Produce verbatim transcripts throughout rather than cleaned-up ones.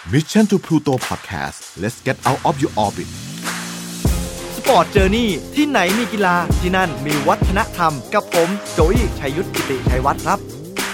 Mission to Pluto Podcast let's get out of your orbit Sport Journey ที่ไหนมีกีฬาที่นั่นมีวัฒนธรรมกับผมโจอี้ชัยยุทธกิติชัยวัฒน์ครับ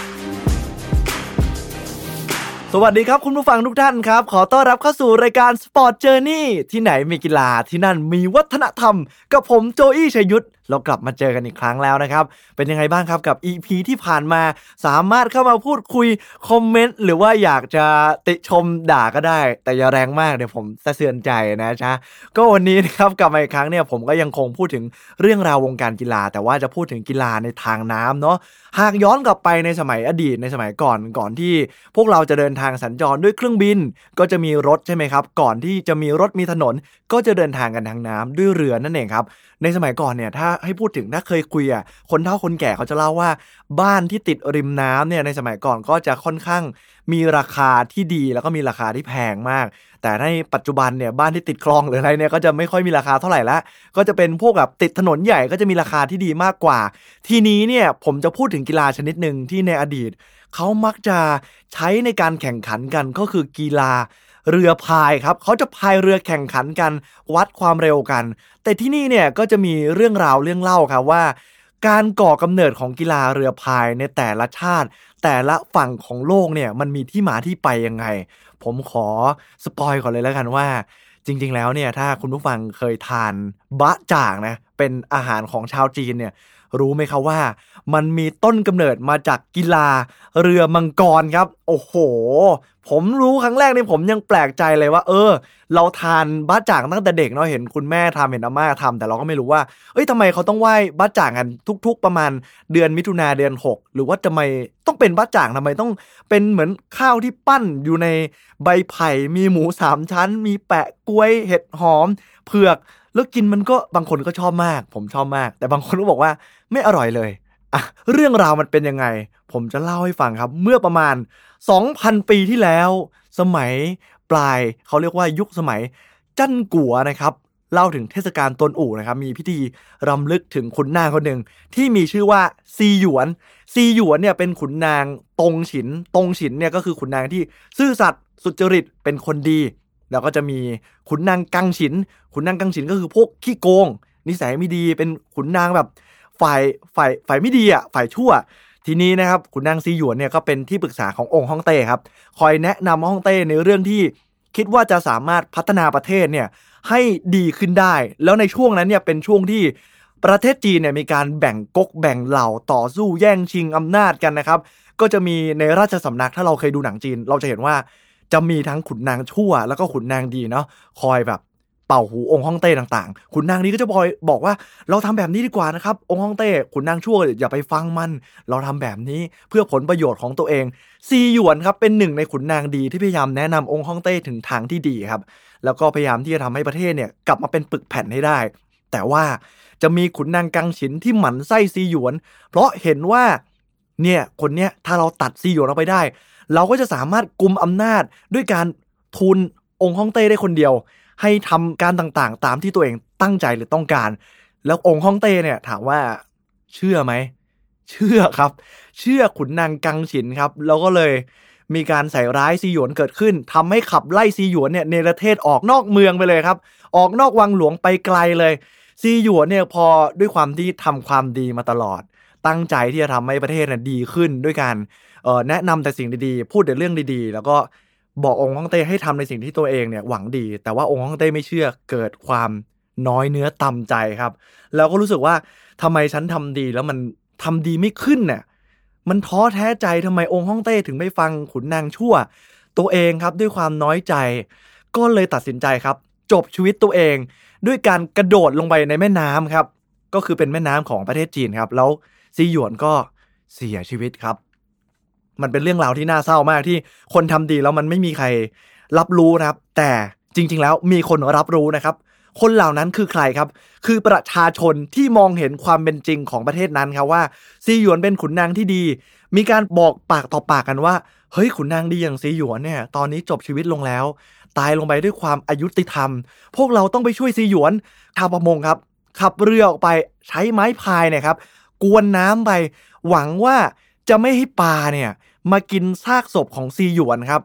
สวัสดีครับคุณผู้ฟังทุกท่านครับขอต้อนรับเข้าสู่รายการ Sport Journey ที่ไหนมีกีฬาที่นั่นมีวัฒนธรรมกับผมโจอี้ชัยยุทธเรากลับมาเจอกันอีกครั้งแล้วนะครับเป็นยังไงบ้างครับกับ อี พี ที่ผ่านมาสามารถเข้ามาพูดคุยคอมเมนต์หรือว่าอยากจะติชมด่าก็ได้แต่อย่าแรงมากเดี๋ยวผมสะเทือนใจนะจ๊ะก็วันนี้นะครับกลับมาอีกครั้งเนี่ยผมก็ยังคงพูดถึงเรื่องราววงการกีฬาแต่ว่าจะพูดถึงกีฬาในทางน้ำเนาะหากย้อนกลับไปในสมัยอดีตในสมัยก่อนก่อนที่พวกเราจะเดินทางสัญจรด้วยเครื่องบินก็จะมีรถใช่ไหมครับก่อนที่จะมีรถมีถนนก็จะเดินทางกันทางน้ำด้วยเรือนั่นเองครับในสมัยก่อนเนี่ยถ้าให้พูดถึงถ้าเคยคุยอ่ะคนเฒ่าคนแก่เขาจะเล่าว่าบ้านที่ติดริมน้ำเนี่ยในสมัยก่อนก็จะค่อนข้างมีราคาที่ดีแล้วก็มีราคาที่แพงมากแต่ในปัจจุบันเนี่ยบ้านที่ติดคลองหรืออะไรเนี่ยก็จะไม่ค่อยมีราคาเท่าไหร่ละก็จะเป็นพวกแบบติดถนนใหญ่ก็จะมีราคาที่ดีมากกว่าทีนี้เนี่ยผมจะพูดถึงกีฬาชนิดหนึ่งที่ในอดีตเขามักจะใช้ในการแข่งขันกันก็คือกีฬาเรือพายครับเขาจะพายเรือแข่งขันกันวัดความเร็วกันแต่ที่นี่เนี่ยก็จะมีเรื่องราวเรื่องเล่าครับว่าการก่อกำเนิดของกีฬาเรือพายในแต่ละชาติแต่ละฝั่งของโลกเนี่ยมันมีที่มาที่ไปยังไงผมขอสปอยก่อนเลยแล้วกันว่าจริงๆแล้วเนี่ยถ้าคุณผู้ฟังเคยทานบะจ่างนะเป็นอาหารของชาวจีนเนี่ยรู้ไหมครับว่ามันมีต้นกำเนิดมาจากกีฬาเรือมังกรครับโอ้โหผมรู้ครั้งแรกนี่ผมยังแปลกใจเลยว่าเออเราทานบะจ่างตั้งแต่เด็กเนาะเห็นคุณแม่ทำเห็นอาม่าทำแต่เราก็ไม่รู้ว่าเอ้ยทำไมเขาต้องไหว้บะจ่างกันทุกๆประมาณเดือนมิถุนาเดือนหกหรือว่าทำไมต้องเป็นบะจ่างทำไมต้องเป็นเหมือนข้าวที่ปั้นอยู่ในใบไผ่มีหมูสามชั้นมีแปะกล้วยเห็ดหอมเผือกแล้วกินมันก็บางคนก็ชอบมากผมชอบมากแต่บางคนก็บอกว่าไม่อร่อยเลยอ่ะเรื่องราวมันเป็นยังไงผมจะเล่าให้ฟังครับเมื่อประมาณ สองพัน ปีที่แล้วสมัยปลายเขาเรียกว่ายุคสมัยจั้นกัวนะครับเล่าถึงเทศกาลตนอู่นะครับมีพิธีรำลึกถึงขุนนางคนหนึ่งที่มีชื่อว่าซีหยวนซีหยวนเนี่ยเป็นขุนนางตงฉินตงฉินเนี่ยก็คือขุนนางที่ซื่อสัตย์สุจริตเป็นคนดีแล้วก็จะมีขุนนางกังฉินขุนนางกังฉินก็คือพวกขี้โกงนิสัยไม่ดีเป็นขุนนางแบบฝ่ายฝ่ายฝ่ายไม่ดีอ่ะฝ่ายชั่วทีนี้นะครับขุนนางซีหยวนเนี่ยก็เป็นที่ปรึกษาขององค์ฮ่องเต้ครับคอยแนะนำฮ่องเต้ในเรื่องที่คิดว่าจะสามารถพัฒนาประเทศเนี่ยให้ดีขึ้นได้แล้วในช่วงนั้นเนี่ยเป็นช่วงที่ประเทศจีนเนี่ยมีการแบ่งก๊กแบ่งเหล่าต่อสู้แย่งชิงอำนาจกันนะครับก็จะมีในราชสำนักถ้าเราเคยดูหนังจีนเราจะเห็นว่าจะมีทั้งขุนนางชั่วแล้วก็ขุนนางดีเนาะคอยแบบเป่าหูองค์ฮ่องเต้ต่างๆขุนนางนี้ก็จะบอกบอกว่าเราทำแบบนี้ดีกว่านะครับองค์ฮ่องเต้ขุนนางชั่วอย่าไปฟังมันเราทำแบบนี้เพื่อผลประโยชน์ของตัวเองซีหยวนครับเป็นหนึ่งในขุนนางดีที่พยายามแนะนำองค์ฮ่องเต้ถึงทางที่ดีครับแล้วก็พยายามที่จะทำให้ประเทศเนี่ยกลับมาเป็นปึกแผ่นให้ได้แต่ว่าจะมีขุนนางกังฉินที่หมั่นไส้ซีหยวนเพราะเห็นว่าเนี่ยคนเนี้ยถ้าเราตัดซีหยวนออกไปได้เราก็จะสามารถกุมอำนาจด้วยการทุนองค์ฮ่องเต้ได้คนเดียวให้ทำการต่างๆตามที่ตัวเองตั้งใจหรือต้องการแล้วองค์ฮ่องเต้เนี่ยถามว่าเชื่อไหมเชื่อครับเชื่อขุนนางกังฉินครับแล้วก็เลยมีการใส่ร้ายซีหยวนเกิดขึ้นทำให้ขับไล่ซีหยวนเนี่ยเนรเทศออกนอกเมืองไปเลยครับออกนอกวังหลวงไปไกลเลยซีหยวนเนี่ยพอด้วยความที่ทำความดีมาตลอดตั้งใจที่จะทำให้ประเทศน่ะดีขึ้นด้วยการเอ่อแนะนำแต่สิ่งดีๆพูดแต่เรื่องดีๆแล้วก็บอกองค์ฮ่องเต้ให้ทำในสิ่งที่ตัวเองเนี่ยหวังดีแต่ว่าองค์ฮ่องเต้ไม่เชื่อเกิดความน้อยเนื้อต่ำใจครับแล้วก็รู้สึกว่าทำไมฉันทำดีแล้วมันทำดีไม่ขึ้นเนี่ยมันท้อแท้ใจทำไมองค์ฮ่องเต้ถึงไม่ฟังขุนนางชั่วตัวเองครับด้วยความน้อยใจก็เลยตัดสินใจครับจบชีวิตตัวเองด้วยการกระโดดลงไปในแม่น้ำครับก็คือเป็นแม่น้ำของประเทศจีนครับแล้วซีหยวนก็เสียชีวิตครับมันเป็นเรื่องราวที่น่าเศร้ามากที่คนทำดีแล้วมันไม่มีใครรับรู้นะครับแต่จริงๆแล้วมีคนรับรู้นะครับคนเหล่านั้นคือใครครับคือประชาชนที่มองเห็นความเป็นจริงของประเทศนั้นครับว่าซีหยวนเป็นขุนนางที่ดีมีการบอกปากต่อปากกันว่าเฮ้ยขุนนางดีอย่างซีหยวนเนี่ยตอนนี้จบชีวิตลงแล้วตายลงไปด้วยความอายุติธรรมพวกเราต้องไปช่วยซีหยวนชาวประมงครับขับเรือออกไปใช้ไม้พายเนี่ยครับกวนน้ำไปหวังว่าจะไม่ให้ปลาเนี่ยมากินซากศพของซีหยวนครับ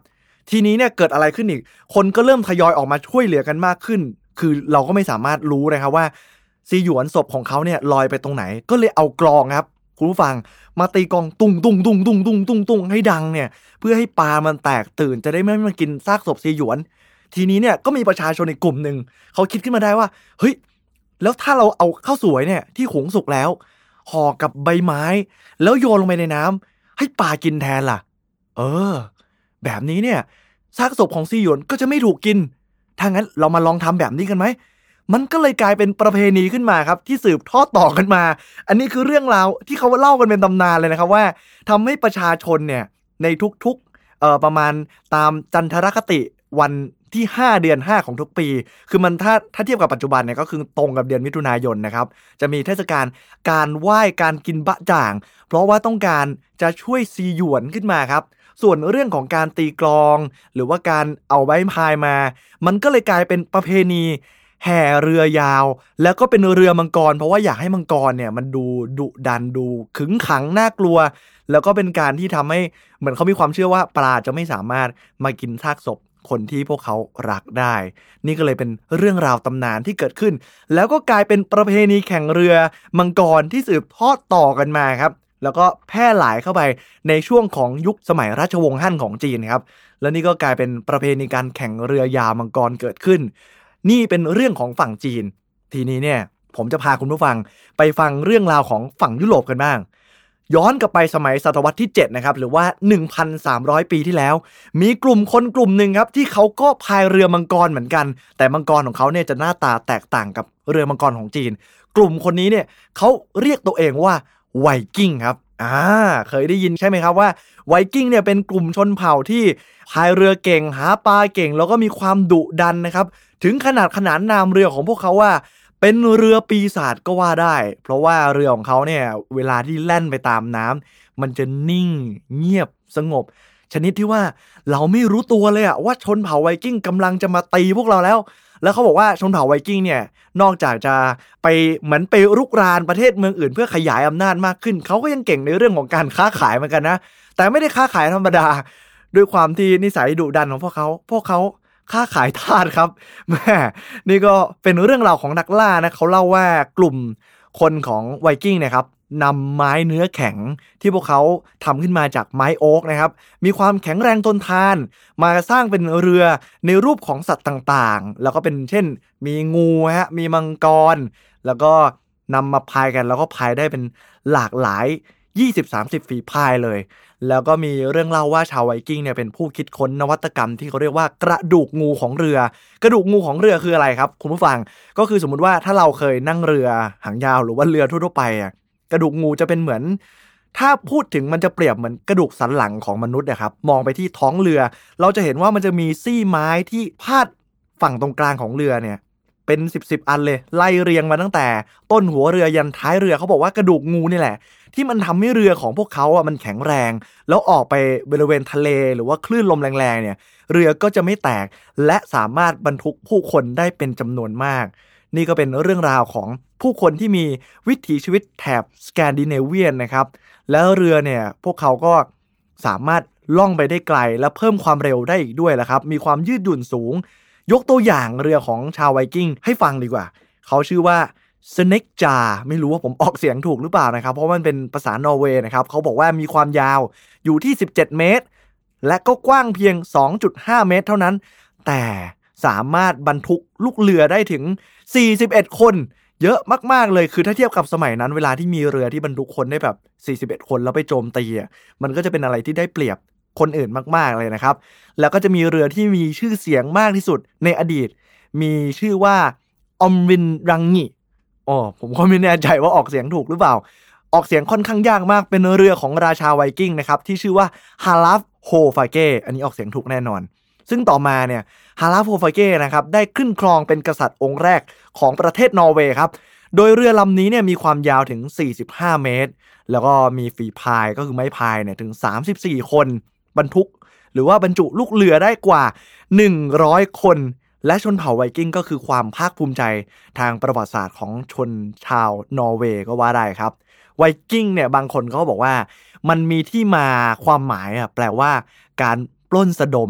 ทีนี้เนี่ยเกิดอะไรขึ้นอีกคนก็เริ่มทยอยออกมาช่วยเหลือกันมากขึ้นคือเราก็ไม่สามารถรู้นะครับว่าซีหยวนศพของเขาเนี่ยลอยไปตรงไหนก็เลยเอากลองครับคุณผู้ฟังมาตีกลองตุ้งตุ้งตุ้งตุ้งตุ้งตุ้งตุ้งให้ดังเนี่ยเพื่อให้ปลามันแตกตื่นจะได้ไม่มากินซากศพซีหยวนทีนี้เนี่ยก็มีประชาชนอีกกลุ่มนึงเขาคิดขึ้นมาได้ว่าเฮ้ยแล้วถ้าเราเอาข้าวสวยเนี่ยที่หุงสุกแล้วห่อกับใบไม้แล้วโยนลงไปในน้ำให้ปลากินแทนล่ะเออแบบนี้เนี่ยซากศพของซีหยวนก็จะไม่ถูกกินถ้างั้นเรามาลองทำแบบนี้กันไหมมันก็เลยกลายเป็นประเพณีขึ้นมาครับที่สืบทอดต่อกันมาอันนี้คือเรื่องราวที่เขาเล่ากันเป็นตำนานเลยนะครับว่าทำให้ประชาชนเนี่ยในทุกๆเอ่อประมาณตามจันทรคติวันที่ห้าเดือนห้าของทุกปีคือมันถ้าถ้าเทียบกับปัจจุบันเนี่ยก็คือตรงกับเดือนมิถุนายนนะครับจะมีเทศกาลการไหว้การกินบะจ่างเพราะว่าต้องการจะช่วยซีหยวนขึ้นมาครับส่วนเรื่องของการตีกลองหรือว่าการเอาใบพายมามันก็เลยกลายเป็นประเพณีแห่เรือยาวแล้วก็เป็นเรือมังกรเพราะว่าอยากให้มังกรเนี่ยมันดูดุดันดูขึงขังน่ากลัวแล้วก็เป็นการที่ทำให้เหมือนเขามีความเชื่อว่าปลาจะไม่สามารถมากินซากศพคนที่พวกเขารักได้นี่ก็เลยเป็นเรื่องราวตำนานที่เกิดขึ้นแล้วก็กลายเป็นประเพณีแข่งเรือมังกรที่สืบทอดต่อกันมาครับแล้วก็แพร่หลายเข้าไปในช่วงของยุคสมัยราชวงศ์ฮั่นของจีนครับแล้วนี่ก็กลายเป็นประเพณีการแข่งเรือยาวมังกรเกิดขึ้นนี่เป็นเรื่องของฝั่งจีนทีนี้เนี่ยผมจะพาคุณผู้ฟังไปฟังเรื่องราวของฝั่งยุโรปกันบ้างย้อนกลับไปสมัยศตวรรษที่เจ็ดนะครับหรือว่า หนึ่งพันสามร้อย ปีที่แล้วมีกลุ่มคนกลุ่มหนึ่งครับที่เขาก็พายเรือมังกรเหมือนกันแต่มังกรของเขาเนี่ยจะหน้าตาแตกต่างกับเรือมังกรของจีนกลุ่มคนนี้เนี่ยเขาเรียกตัวเองว่าไวกิ้งครับอ่าเคยได้ยินใช่ไหมครับว่าไวกิ้งเนี่ยเป็นกลุ่มชนเผ่าที่พายเรือเก่งหาปลาเก่งแล้วก็มีความดุดันนะครับถึงขนาดขนานนามเรือของพวกเขาว่าเป็นเรือปีศาจก็ว่าได้เพราะว่าเรือของเขาเนี่ยเวลาที่แล่นไปตามน้ำมันจะนิ่งเงียบสงบชนิดที่ว่าเราไม่รู้ตัวเลยอะว่าชนเผ่าไวกิ้งกำลังจะมาตีพวกเราแล้วแล้วเขาบอกว่าชนเผ่าไวกิ้งเนี่ยนอกจากจะไปเหมือนไปรุกรานประเทศเมืองอื่นเพื่อขยายอำนาจมากขึ้นเขาก็ยังเก่งในเรื่องของการค้าขายเหมือนกันนะแต่ไม่ได้ค้าขายธรรมดาด้วยความที่นิสัยดุดันของพวกเขาพวกเขาค้าขายทาสครับแม่นี่ก็เป็นเรื่องราวของนักล่านะเขาเล่าว่ากลุ่มคนของไวกิ้งเนี่ยครับนำไม้เนื้อแข็งที่พวกเขาทำขึ้นมาจากไม้โอ๊กนะครับมีความแข็งแรงทนทานมาสร้างเป็นเรือในรูปของสัตว์ต่างๆแล้วก็เป็นเช่นมีงูฮะมีมังกรแล้วก็นำมาพายกันแล้วก็พายได้เป็นหลากหลาย ยี่สิบถึงสามสิบ ฝีพายเลยแล้วก็มีเรื่องเล่าว่าชาวไวกิ้งเนี่ยเป็นผู้คิดค้นนวัตกรรมที่เขาเรียกว่ากระดูกงูของเรือกระดูกงูของเรือคืออะไรครับคุณผู้ฟังก็คือสมมุติว่าถ้าเราเคยนั่งเรือหางยาวหรือว่าเรือทั่วๆไปอ่ะกระดูกงูจะเป็นเหมือนถ้าพูดถึงมันจะเปรียบเหมือนกระดูกสันหลังของมนุษย์นะครับมองไปที่ท้องเรือเราจะเห็นว่ามันจะมีซี่ไม้ที่พาดฝั่งตรงกลางของเรือเนี่ยเป็นสิบสิบอันเลยไล่เรียงมาตั้งแต่ต้นหัวเรือยันท้ายเรือเขาบอกว่ากระดูกงูนี่แหละที่มันทำให้เรือของพวกเขาอ่ะมันแข็งแรงแล้วออกไปบริเวณทะเลหรือว่าคลื่นลมแรงๆเนี่ยเรือก็จะไม่แตกและสามารถบรรทุกผู้คนได้เป็นจำนวนมากนี่ก็เป็นเรื่องราวของผู้คนที่มีวิถีชีวิตแถบสแกนดิเนเวียนนะครับแล้วเรือเนี่ยพวกเขาก็สามารถล่องไปได้ไกลและเพิ่มความเร็วได้อีกด้วยละครับมีความยืดหยุ่นสูงยกตัวอย่างเรือของชาวไวกิ้งให้ฟังดีกว่าเขาชื่อว่าสเน็กจาไม่รู้ว่าผมออกเสียงถูกหรือเปล่านะครับเพราะมันเป็นภาษานอร์เวย์นะครับเขาบอกว่ามีความยาวอยู่ที่สิบเจ็ดเมตรและก็กว้างเพียง สองจุดห้า เมตรเท่านั้นแต่สามารถบรรทุกลูกเรือได้ถึงสี่สิบเอ็ดคนเยอะมากๆเลยคือถ้าเทียบกับสมัยนั้นเวลาที่มีเรือที่บรรทุกคนได้แบบสี่สิบเอ็ดคนแล้วไปโจมตีอ่ะมันก็จะเป็นอะไรที่ได้เปรียบคนอื่นมากๆเลยนะครับแล้วก็จะมีเรือที่มีชื่อเสียงมากที่สุดในอดีตมีชื่อว่าออมรินรังงิอ๋อผมก็ไม่แน่ใจว่าออกเสียงถูกหรือเปล่าออกเสียงค่อนข้างยากมากเป็นเรือของราชาไวกิ้งนะครับที่ชื่อว่าฮาลาฟโฮฟาเกอันนี้ออกเสียงถูกแน่นอนซึ่งต่อมาเนี่ยฮาลาฟโฮฟาเกนะครับได้ขึ้นครองเป็นกษัตริย์องค์แรกของประเทศนอร์เวย์ครับโดยเรือลำนี้เนี่ยมีความยาวถึงสี่สิบห้าเมตรแล้วก็มีฝีพายก็คือไม้พายเนี่ยถึงสามสิบสี่คนบรรทุกหรือว่าบรรจุลูกเรือได้กว่าหนึ่งร้อยคนและชนเผ่าไวกิ้งก็คือความภาคภูมิใจทางประวัติศาสตร์ของชนชาวนอร์เวย์ก็ว่าได้ครับไวกิ้งเนี่ยบางคนก็บอกว่ามันมีที่มาความหมายอ่ะแปลว่าการปล้นสะดม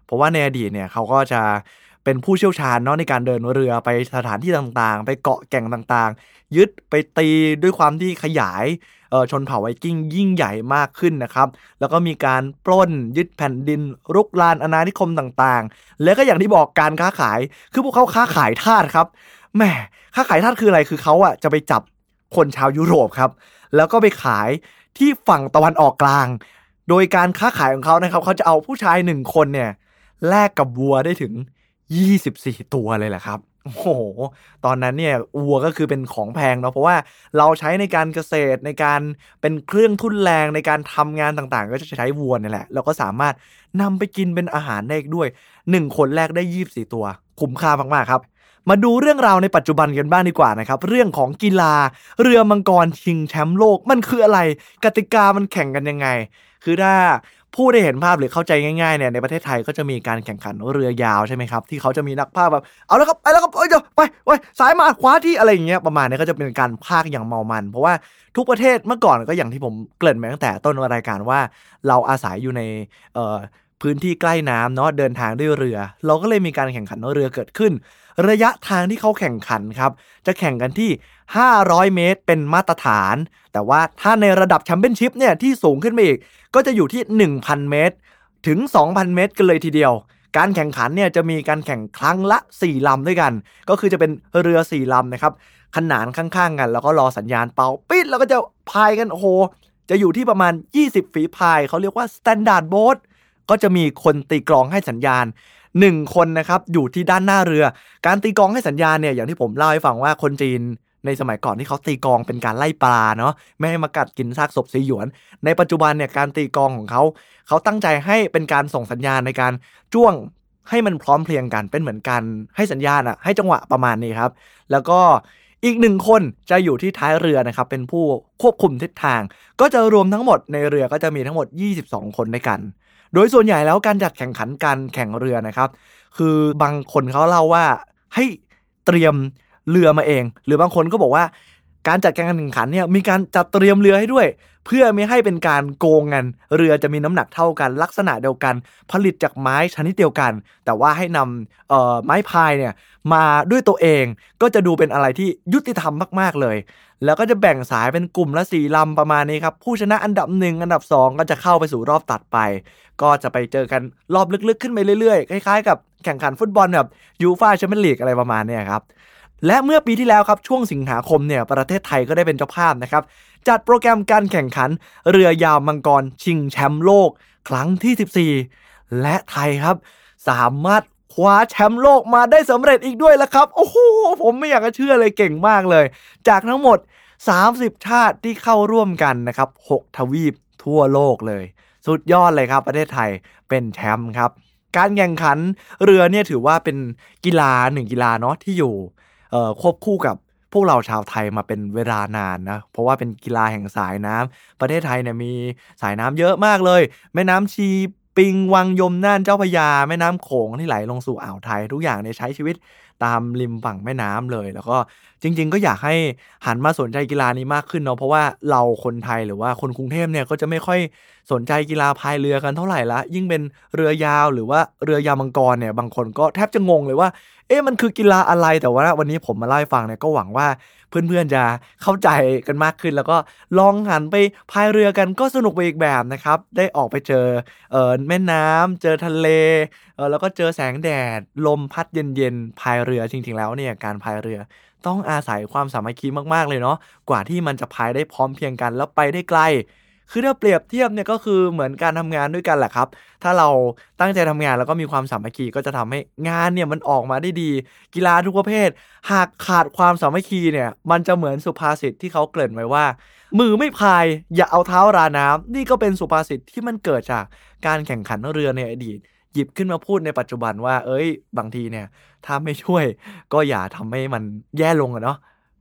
เพราะว่าในอดีตเนี่ยเขาก็จะเป็นผู้เชี่ยวชาญเนาะในการเดินเรือไปสถานที่ต่างๆไปเกาะแก่งต่างๆยึดไปตีด้วยความที่ขยายเอ่อชนเผ่าไวกิ้งยิ่งใหญ่มากขึ้นนะครับแล้วก็มีการปล้นยึดแผ่นดินรุกรานอาณานิคมต่างๆแล้วก็อย่างที่บอกการค้าขายคือพวกเขาค้าขายทาสครับแหมค้าขายทาสคืออะไรคือเขาอ่ะจะไปจับคนชาวยุโรปครับแล้วก็ไปขายที่ฝั่งตะวันออกกลางโดยการค้าขายของเขานะครับเขาจะเอาผู้ชายหนึ่งคนเนี่ยแลกกับวัวได้ถึงยี่สิบสี่ตัวเลยแหละครับโอ้โหตอนนั้นเนี่ยวัวก็คือเป็นของแพงเนาะเพราะว่าเราใช้ในการเกษตรในการเป็นเครื่องทุ่นแรงในการทำงานต่างๆก็จะใช้วัวนี่แหละแล้วก็สามารถนำไปกินเป็นอาหารได้ด้วยหนึ่งคนแลกได้ยี่สิบสี่ตัวคุ้มค่ามากๆครับมาดูเรื่องราวในปัจจุบันกันบ้างดีกว่านะครับเรื่องของกีฬาเรือมังกรชิงแชมป์โลกมันคืออะไรกติกามันแข่งกันยังไงคือถ้าผู้ได้เห็นภาพหรือเข้าใจง่ายๆเนี่ยในประเทศไทยก็จะมีการแข่งขันเรือยาวใช่ไหมครับที่เขาจะมีนักพากย์แบบเอาแล้วครับไปแล้วครับเอ้ยเดี๋ยวไปไปซ้ายมาขวาที่อะไรอย่างเงี้ยประมาณนี้ก็จะเป็นการพากย์อย่างเมามันเพราะว่าทุกประเทศเมื่อก่อนก็อย่างที่ผมเกริ่นมาตั้งแต่ต้นรายการว่าเราอาศัยอยู่ในเอ่อพื้นที่ใกล้น้ำเนาะเดินทางด้วยเรือเราก็เลยมีการแข่งขันเรือเกิดขึ้นระยะทางที่เขาแข่งขันครับจะแข่งกันที่ห้าร้อยเมตรเป็นมาตรฐานแต่ว่าถ้าในระดับแชมเปี้ยนชิพเนี่ยที่สูงขึ้นไปอีกก็จะอยู่ที่ หนึ่งพัน เมตรถึง สองพัน เมตรกันเลยทีเดียวการแข่งขันเนี่ยจะมีการแข่งครั้งละสี่ลำด้วยกันก็คือจะเป็นเรือสี่ลำนะครับขนานข้างๆกันแล้วก็รอสัญญาณเป่าปิดแล้วก็จะพายกันโอ้โหจะอยู่ที่ประมาณยี่สิบฝีพายเขาเรียกว่า standard boat ก็จะมีคนตีกลองให้สัญญาณหนึ่งคนนะครับอยู่ที่ด้านหน้าเรือการตีกลองให้สัญญาณเนี่ยอย่างที่ผมเล่าให้ฟังว่าคนจีนในสมัยก่อนที่เขาตีกลองเป็นการไล่ปลาเนาะไม่ให้มากัดกินซากศพสีหยวนในปัจจุบันเนี่ยการตีกลองของเขาเขาตั้งใจให้เป็นการส่งสัญญาณในการจ้วงให้มันพร้อมเพรียงกันเป็นเหมือนกันให้สัญญาณอ่ะให้จังหวะประมาณนี้ครับแล้วก็อีกหนึ่งคนจะอยู่ที่ท้ายเรือนะครับเป็นผู้ควบคุมทิศทางก็จะรวมทั้งหมดในเรือก็จะมีทั้งหมดยี่สิบสองคนด้วยกันโดยส่วนใหญ่แล้วการจัดแข่งขันการแข่งเรือนะครับคือบางคนเขาเล่าว่าให้เตรียมเรือมาเองหรือบางคนก็บอกว่าการจัดการแข่งขันเนี่ยมีการจัดเตรียมเรือให้ด้วยเพื่อไม่ให้เป็นการโกงกันเรือจะมีน้ำหนักเท่ากันลักษณะเดียวกันผลิตจากไม้ชนิดเดียวกันแต่ว่าให้นำเอ่อไม้พายเนี่ยมาด้วยตัวเองก็จะดูเป็นอะไรที่ยุติธรรมมากๆเลยแล้วก็จะแบ่งสายเป็นกลุ่มละสี่ลำประมาณนี้ครับผู้ชนะอันดับหนึ่งอันดับสองก็จะเข้าไปสู่รอบตัดไปก็จะไปเจอกันรอบลึกๆขึ้นไปเรื่อยๆคล้ายๆกับแข่งขันฟุตบอลแบบยูฟ่าแชมเปี้ยนลีกอะไรประมาณนี้ครับและเมื่อปีที่แล้วครับช่วงสิงหาคมเนี่ยประเทศไทยก็ได้เป็นเจ้าภาพนะครับจัดโปรแกรมการแข่งขันเรือยาวมังกรชิงแชมป์โลกครั้งที่สิบสี่และไทยครับสามารถคว้าแชมป์โลกมาได้สำเร็จอีกด้วยแล้วครับโอ้โหผมไม่อยากจะเชื่อเลยเก่งมากเลยจากทั้งหมดสามสิบชาติที่เข้าร่วมกันนะครับหกทวีปทั่วโลกเลยสุดยอดเลยครับประเทศไทยเป็นแชมป์ครับการแข่งขันเรือเนี่ยถือว่าเป็นกีฬาหนึ่งกีฬาเนาะที่อยู่เอ่อควบคู่กับพวกเราชาวไทยมาเป็นเวลานานนะเพราะว่าเป็นกีฬาแห่งสายน้ำประเทศไทยเนี่ยมีสายน้ำเยอะมากเลยแม่น้ำชีปิงวังยมน่านเจ้าพระยาแม่น้ำโขงที่ไหลลงสู่อ่าวไทยทุกอย่างเนี่ยใช้ชีวิตตามริมฝั่งแม่น้ำเลยแล้วก็จริงๆก็อยากให้หันมาสนใจกีฬานี้มากขึ้นเนาะเพราะว่าเราคนไทยหรือว่าคนกรุงเทพเนี่ยก็จะไม่ค่อยสนใจกีฬาพายเรือกันเท่าไหร่ละยิ่งเป็นเรือยาวหรือว่าเรือยาวมังกรเนี่ยบางคนก็แทบจะงงเลยว่าเอ๊ะมันคือกีฬาอะไรแต่ว่าวันนี้ผมมาเล่าให้ฟังเนี่ยก็หวังว่าเพื่อนๆจะเข้าใจกันมากขึ้นแล้วก็ลองหันไปพายเรือกันก็สนุกไปอีกแบบนะครับได้ออกไปเจอเอ่อแม่น้ำเจอทะเลเออแล้วก็เจอแสงแดดลมพัดเย็นๆพายเรือจริงๆแล้วเนี่ยการพายเรือต้องอาศัยความสามัคคีมากๆเลยเนาะกว่าที่มันจะพายได้พร้อมเพรียงกันแล้วไปได้ไกลคือถ้าเปรียบเทียบเนี่ยก็คือเหมือนการทำงานด้วยกันแหละครับถ้าเราตั้งใจทำงานแล้วก็มีความสามัคคีก็จะทำให้งานเนี่ยมันออกมาได้ดีกีฬาทุกประเภทหากขาดความสามัคคีเนี่ยมันจะเหมือนสุภาษิตที่เขาเกริ่นไว้ว่ามือไม่พายอย่าเอาเท้าราน้ำนี่ก็เป็นสุภาษิตที่มันเกิดจากการแข่งขันเรือในอดีตหยิบขึ้นมาพูดในปัจจุบันว่าเอ้ยบางทีเนี่ยถ้าไม่ช่วยก็อย่าทำให้มันแย่ลงอะเนาะ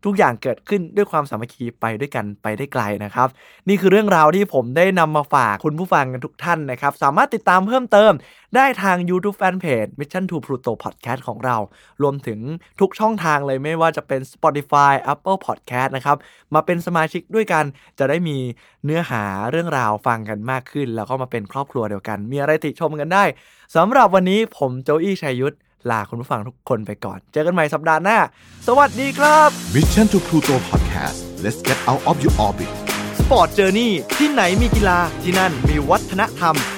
ทุกอย่างเกิดขึ้นด้วยความสามัคคีไปด้วยกันไปได้ไกลนะครับนี่คือเรื่องราวที่ผมได้นำมาฝากคุณผู้ฟังกันทุกท่านนะครับสามารถติดตามเพิ่มเติมได้ทาง YouTube Fanpage Mission to Pluto Podcast ของเรารวมถึงทุกช่องทางเลยไม่ว่าจะเป็น Spotify Apple Podcast นะครับมาเป็นสมาชิกด้วยกันจะได้มีเนื้อหาเรื่องราวฟังกันมากขึ้นแล้วก็มาเป็นครอบครัวเดียวกันมีอะไรติชมกันได้สำหรับวันนี้ผมโจอี้ชัยยุทธลาคุณผู้ฟังทุกคนไปก่อนเจอกันใหม่สัปดาห์หน้าสวัสดีครับ Mission to Pluto Podcast let's get out of your orbit Sport Journey ที่ไหนมีกีฬาที่นั่นมีวัฒนธรรม